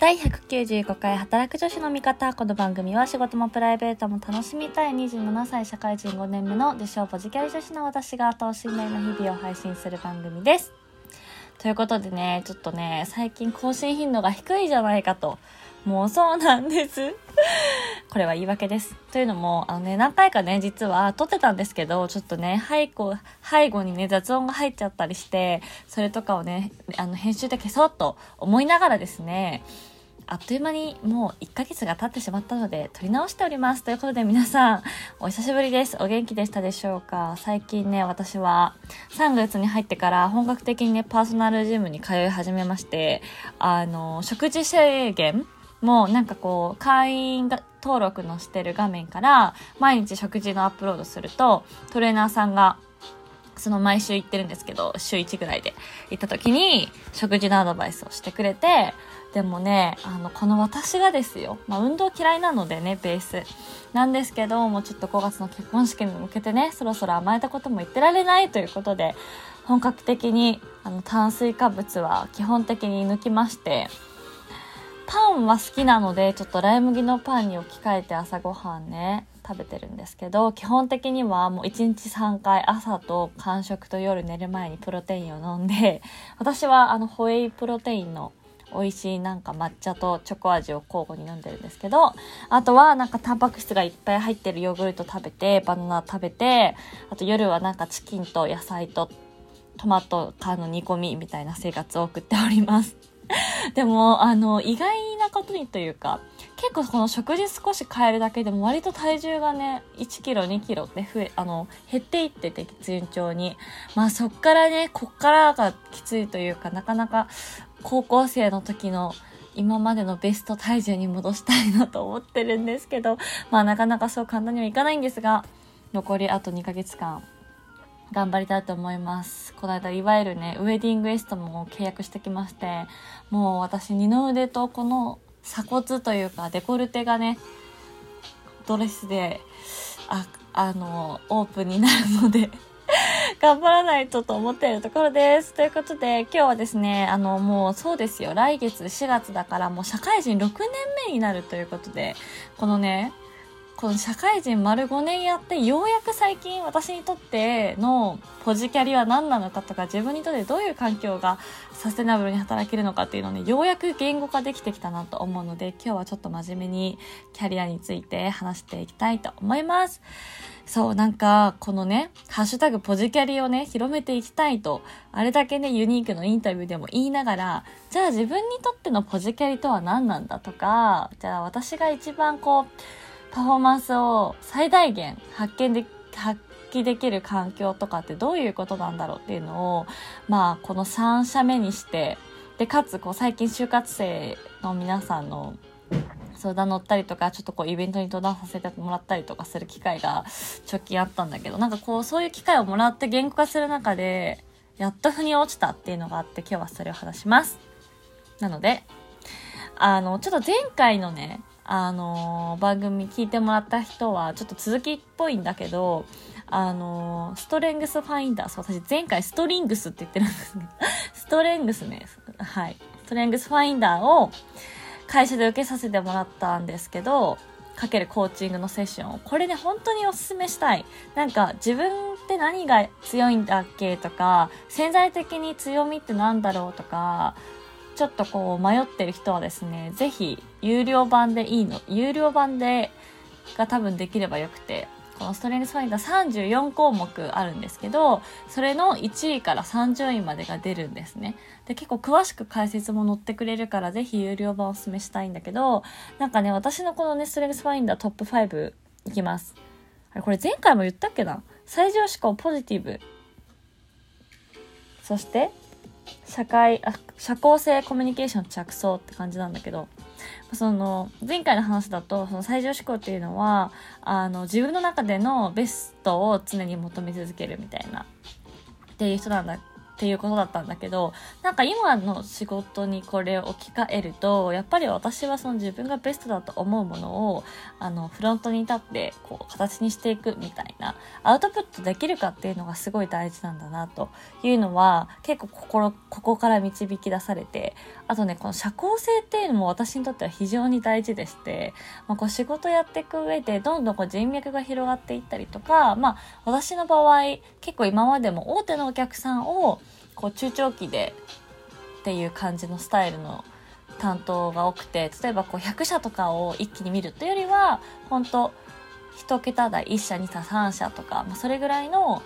第195回働く女子の味方。この番組は仕事もプライベートも楽しみたい27歳社会人5年目の自称ポジキャリ女子の私が等身大の日々を配信する番組です。ということでね、ちょっとね、最近更新頻度が低いじゃないかと。もうそうなんですこれは言い訳です。というのも何回かね実は撮ってたんですけど、ちょっとね背後にね雑音が入っちゃったりして、それとかをね編集で消そうと思いながらですね、あっという間にもう1ヶ月が経ってしまったので撮り直しております。ということで皆さんお久しぶりです。お元気でしたでしょうか。最近ね、私は3月に入ってから本格的にねパーソナルジムに通い始めまして、食事制限もうなんかこう会員が登録のしてる画面から毎日食事のアップロードすると、トレーナーさんが毎週行ってるんですけど、週1ぐらいで行った時に食事のアドバイスをしてくれて、でもねこの私がですよ、運動嫌いなのでねベースなんですけど、もうちょっと5月の結婚式に向けてねそろそろ甘えたことも言ってられないということで、本格的に炭水化物は基本的に抜きまして、パンは好きなのでちょっとライ麦のパンに置き換えて朝ごはんね食べてるんですけど、基本的にはもう1日3回朝と間食と夜寝る前にプロテインを飲んで、私はホエイプロテインの美味しいなんか抹茶とチョコ味を交互に飲んでるんですけど、あとはなんかタンパク質がいっぱい入ってるヨーグルト食べて、バナナ食べて、あと夜はなんかチキンと野菜とトマト缶の煮込みみたいな生活を送っておりますでも意外なことにというか、結構この食事少し変えるだけでも割と体重がね1キロ2キロって減っていってて、順調にそっからねこっからがきついというか、なかなか高校生の時の今までのベスト体重に戻したいなと思ってるんですけど、なかなかそう簡単にはいかないんですが、残りあと2ヶ月間頑張りたいと思います。この間いわゆるねウェディングエストも契約してきまして、もう私二の腕とこの鎖骨というかデコルテがねドレスでオープンになるので頑張らないとと思っているところです。ということで今日はですねもうそうですよ、来月4月だからもう社会人6年目になるということで、この社会人丸5年やってようやく最近私にとってのポジキャリは何なのかとか、自分にとってどういう環境がサステナブルに働けるのかっていうのをねようやく言語化できてきたなと思うので、今日はちょっと真面目にキャリアについて話していきたいと思います。そうなんかこのねハッシュタグポジキャリをね広めていきたいとあれだけねユニークのインタビューでも言いながら、じゃあ自分にとってのポジキャリとは何なんだとか、じゃあ私が一番パフォーマンスを最大限発揮できる環境とかってどういうことなんだろうっていうのをこの3社目にして、でかつ最近就活生の皆さんの相談乗ったりとか、ちょっとイベントに登壇させてもらったりとかする機会が直近あったんだけど、なんかそういう機会をもらって言語化する中でやっと腑に落ちたっていうのがあって、今日はそれを話します。なのでちょっと前回のね番組聞いてもらった人はちょっと続きっぽいんだけど、ストレングスファインダー、そう私前回ストリングスって言ってるんですねストレングスね、はい、ストレングスファインダーを会社で受けさせてもらったんですけど、かけるコーチングのセッションを、これね本当におすすめしたい。なんか自分って何が強いんだっけとか、潜在的に強みってなんだろうとか、ちょっと迷ってる人はですね、ぜひ有料版でが多分できればよくて、このストレングスファインダー34項目あるんですけど、それの1位から30位までが出るんですね。で結構詳しく解説も載ってくれるから、ぜひ有料版をおすすめしたいんだけど、なんかね私のこのねストレングスファインダートップ5いきます。これ前回も言ったっけな。最上思考ポジティブ、そして社交性コミュニケーション着想って感じなんだけど、前回の話だと最上思考っていうのは自分の中でのベストを常に求め続けるみたいなっていう人なんだっっていうことだったんだけど、なんか今の仕事にこれを置き換えると、やっぱり私はその自分がベストだと思うものをフロントに立ってこう形にしていくみたいな、アウトプットできるかっていうのがすごい大事なんだなというのは結構ここから導き出されて、あとね、この社交性っていうのも私にとっては非常に大事でして、こう仕事やっていく上でどんどんこう人脈が広がっていったりとか、私の場合結構今までも大手のお客さんをこう中長期でっていう感じのスタイルの担当が多くて、例えばこう100社とかを一気に見るというよりは本当1桁台、1社2社3社とか、それぐらいの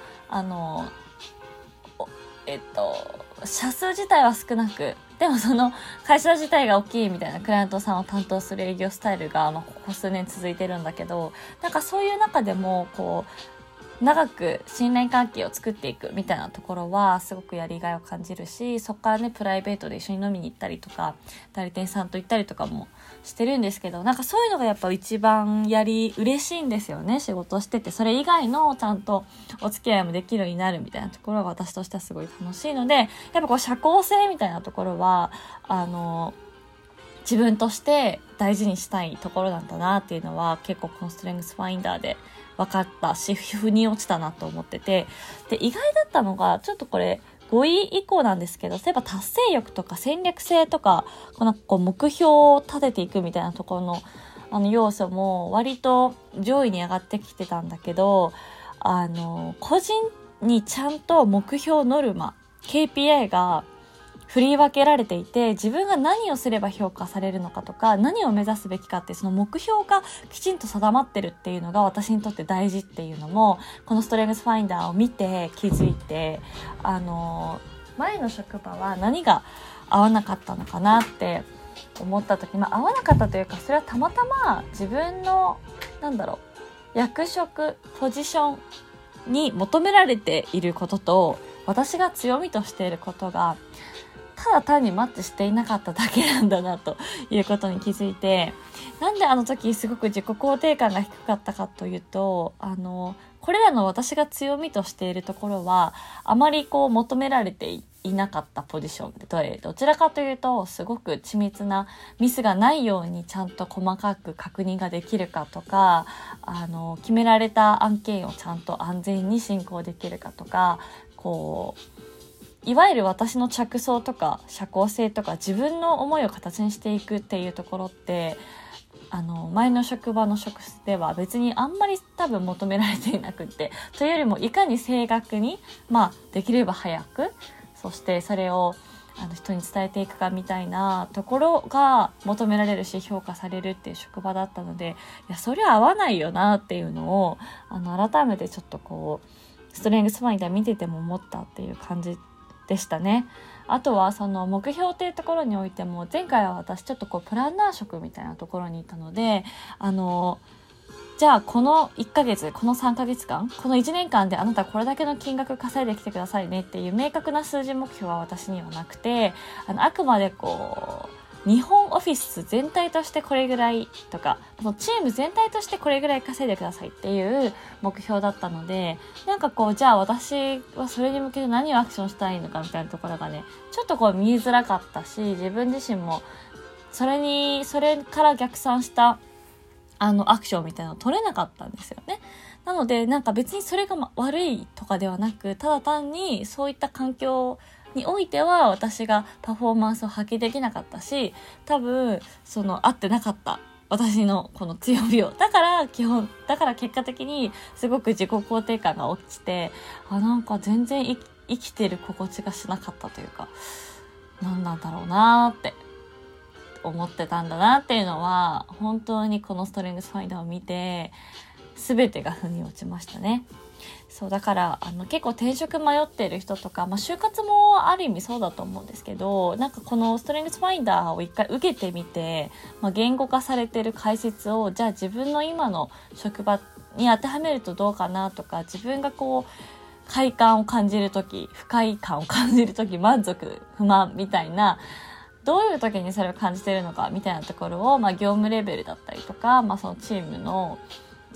社数自体は少なく、でもその会社自体が大きいみたいなクライアントさんを担当する営業スタイルがここ数年続いてるんだけど、なんかそういう中でもこう長く信頼関係を作っていくみたいなところはすごくやりがいを感じるし、そこからねプライベートで一緒に飲みに行ったりとか代理店さんと行ったりとかもしてるんですけど、なんかそういうのがやっぱ一番嬉しいんですよね、仕事してて。それ以外のちゃんとお付き合いもできるようになるみたいなところが私としてはすごい楽しいので、やっぱこう社交性みたいなところは自分として大事にしたいところなんだなっていうのは結構このストレングスファインダーで分かったし、腑に落ちたなと思ってて、で意外だったのがちょっとこれ5位以降なんですけど、例えば達成欲とか戦略性とかこう目標を立てていくみたいなところの要素も割と上位に上がってきてたんだけど、個人にちゃんと目標ノルマ KPI が振り分けられていて、自分が何をすれば評価されるのかとか何を目指すべきかってその目標がきちんと定まってるっていうのが私にとって大事っていうのもこのストレングスファインダーを見て気づいて、前の職場は何が合わなかったのかなって思った時、合わなかったというか、それはたまたま自分の役職ポジションに求められていることと私が強みとしていることがただ単にマッチしていなかっただけなんだなということに気づいて、なんであの時すごく自己肯定感が低かったかというと、これらの私が強みとしているところはあまりこう求められていなかったポジションで、どちらかというとすごく緻密なミスがないようにちゃんと細かく確認ができるかとか、決められた案件をちゃんと安全に進行できるかとか、いわゆる私の着想とか社交性とか自分の思いを形にしていくっていうところって前の職場の職質では別にあんまり多分求められていなくって、というよりもいかに正確にできれば早く、そしてそれを人に伝えていくかみたいなところが求められるし評価されるっていう職場だったので、いやそれは合わないよなっていうのを改めてちょっとこうストレングスファインダー見てても思ったっていう感じでしたね。あとはその目標っていうところにおいても、前回は私ちょっとこうプランナー職みたいなところにいたので、じゃあこの1ヶ月この3ヶ月間この1年間であなたこれだけの金額稼いできてくださいねっていう明確な数字目標は私にはなくて、あくまでこう日本オフィス全体としてこれぐらいとか、チーム全体としてこれぐらい稼いでくださいっていう目標だったので、じゃあ私はそれに向けて何をアクションしたらいいのかみたいなところがね、ちょっと見えづらかったし、自分自身もそれから逆算したアクションみたいなのを取れなかったんですよね。なので別にそれが悪いとかではなく、ただ単にそういった環境においては私がパフォーマンスを発揮できなかったし、多分合ってなかった私のこの強みを、だから結果的にすごく自己肯定感が落ちて、全然生きてる心地がしなかったというか、何なんだろうなって思ってたんだなっていうのは、本当にこのストレングスファインダーを見て全てが腑に落ちましたね。そうだから結構転職迷っている人とか、就活もある意味そうだと思うんですけど、このストレングスファインダーを一回受けてみて、言語化されている解説をじゃあ自分の今の職場に当てはめるとどうかなとか、自分が快感を感じるとき、不快感を感じるとき、満足不満みたいな、どういう時にそれを感じているのかみたいなところを、業務レベルだったりとか、そのチームの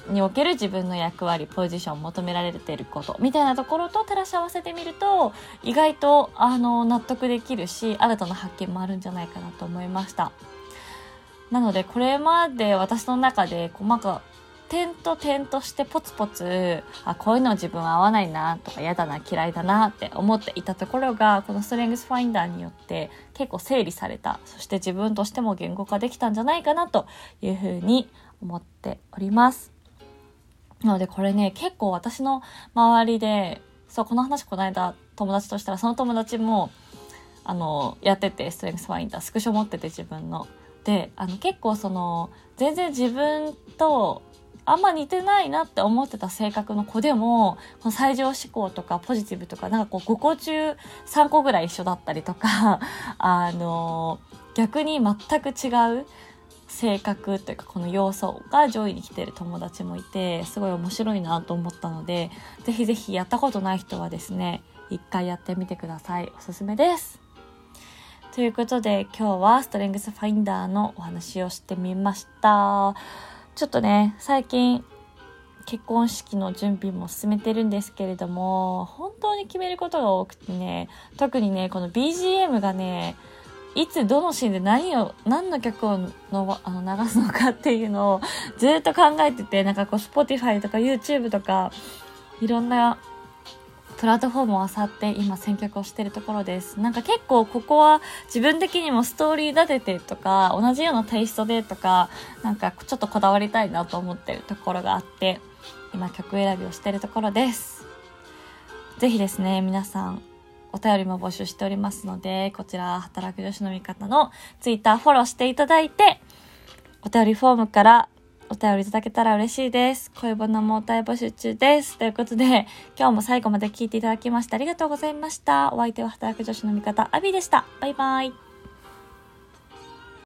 における自分の役割、ポジション、求められていることみたいなところと照らし合わせてみると、意外と納得できるし、新たな発見もあるんじゃないかなと思いました。なのでこれまで私の中で点と点としてポツポツ、こういうの自分は合わないなとか嫌だな嫌いだなって思っていたところが、このストレングスファインダーによって結構整理された、そして自分としても言語化できたんじゃないかなというふうに思っております。なのでこれね、結構私の周りで、この話この間友達としたら、その友達もやってて、ストレングスファインダースクショ持ってて自分ので、結構全然自分とあんま似てないなって思ってた性格の子でも、この最上志向とかポジティブとか5個中3個ぐらい一緒だったりとか逆に全く違う性格というかこの要素が上位に来てる友達もいて、すごい面白いなと思ったので、ぜひぜひやったことない人はですね、一回やってみてください。おすすめです。ということで今日はストレングスファインダーのお話をしてみました。ちょっとね、最近結婚式の準備も進めてるんですけれども、本当に決めることが多くてね、特にねこの BGM がね、いつどのシーンで何の曲を流すのかっていうのをずっと考えてて、Spotify とか YouTube とかいろんなプラットフォームを漁って今選曲をしてるところです。結構ここは自分的にもストーリー立ててとか、同じようなテイストでとか、ちょっとこだわりたいなと思ってるところがあって、今曲選びをしてるところです。ぜひですね、皆さんお便りも募集しておりますので、こちら働く女子の味方のツイッターフォローしていただいて、お便りフォームからお便りいただけたら嬉しいです。恋バナもお便り募集中です。ということで、今日も最後まで聞いていただきましてありがとうございました。お相手は働く女子の味方、アビでした。バイバイ。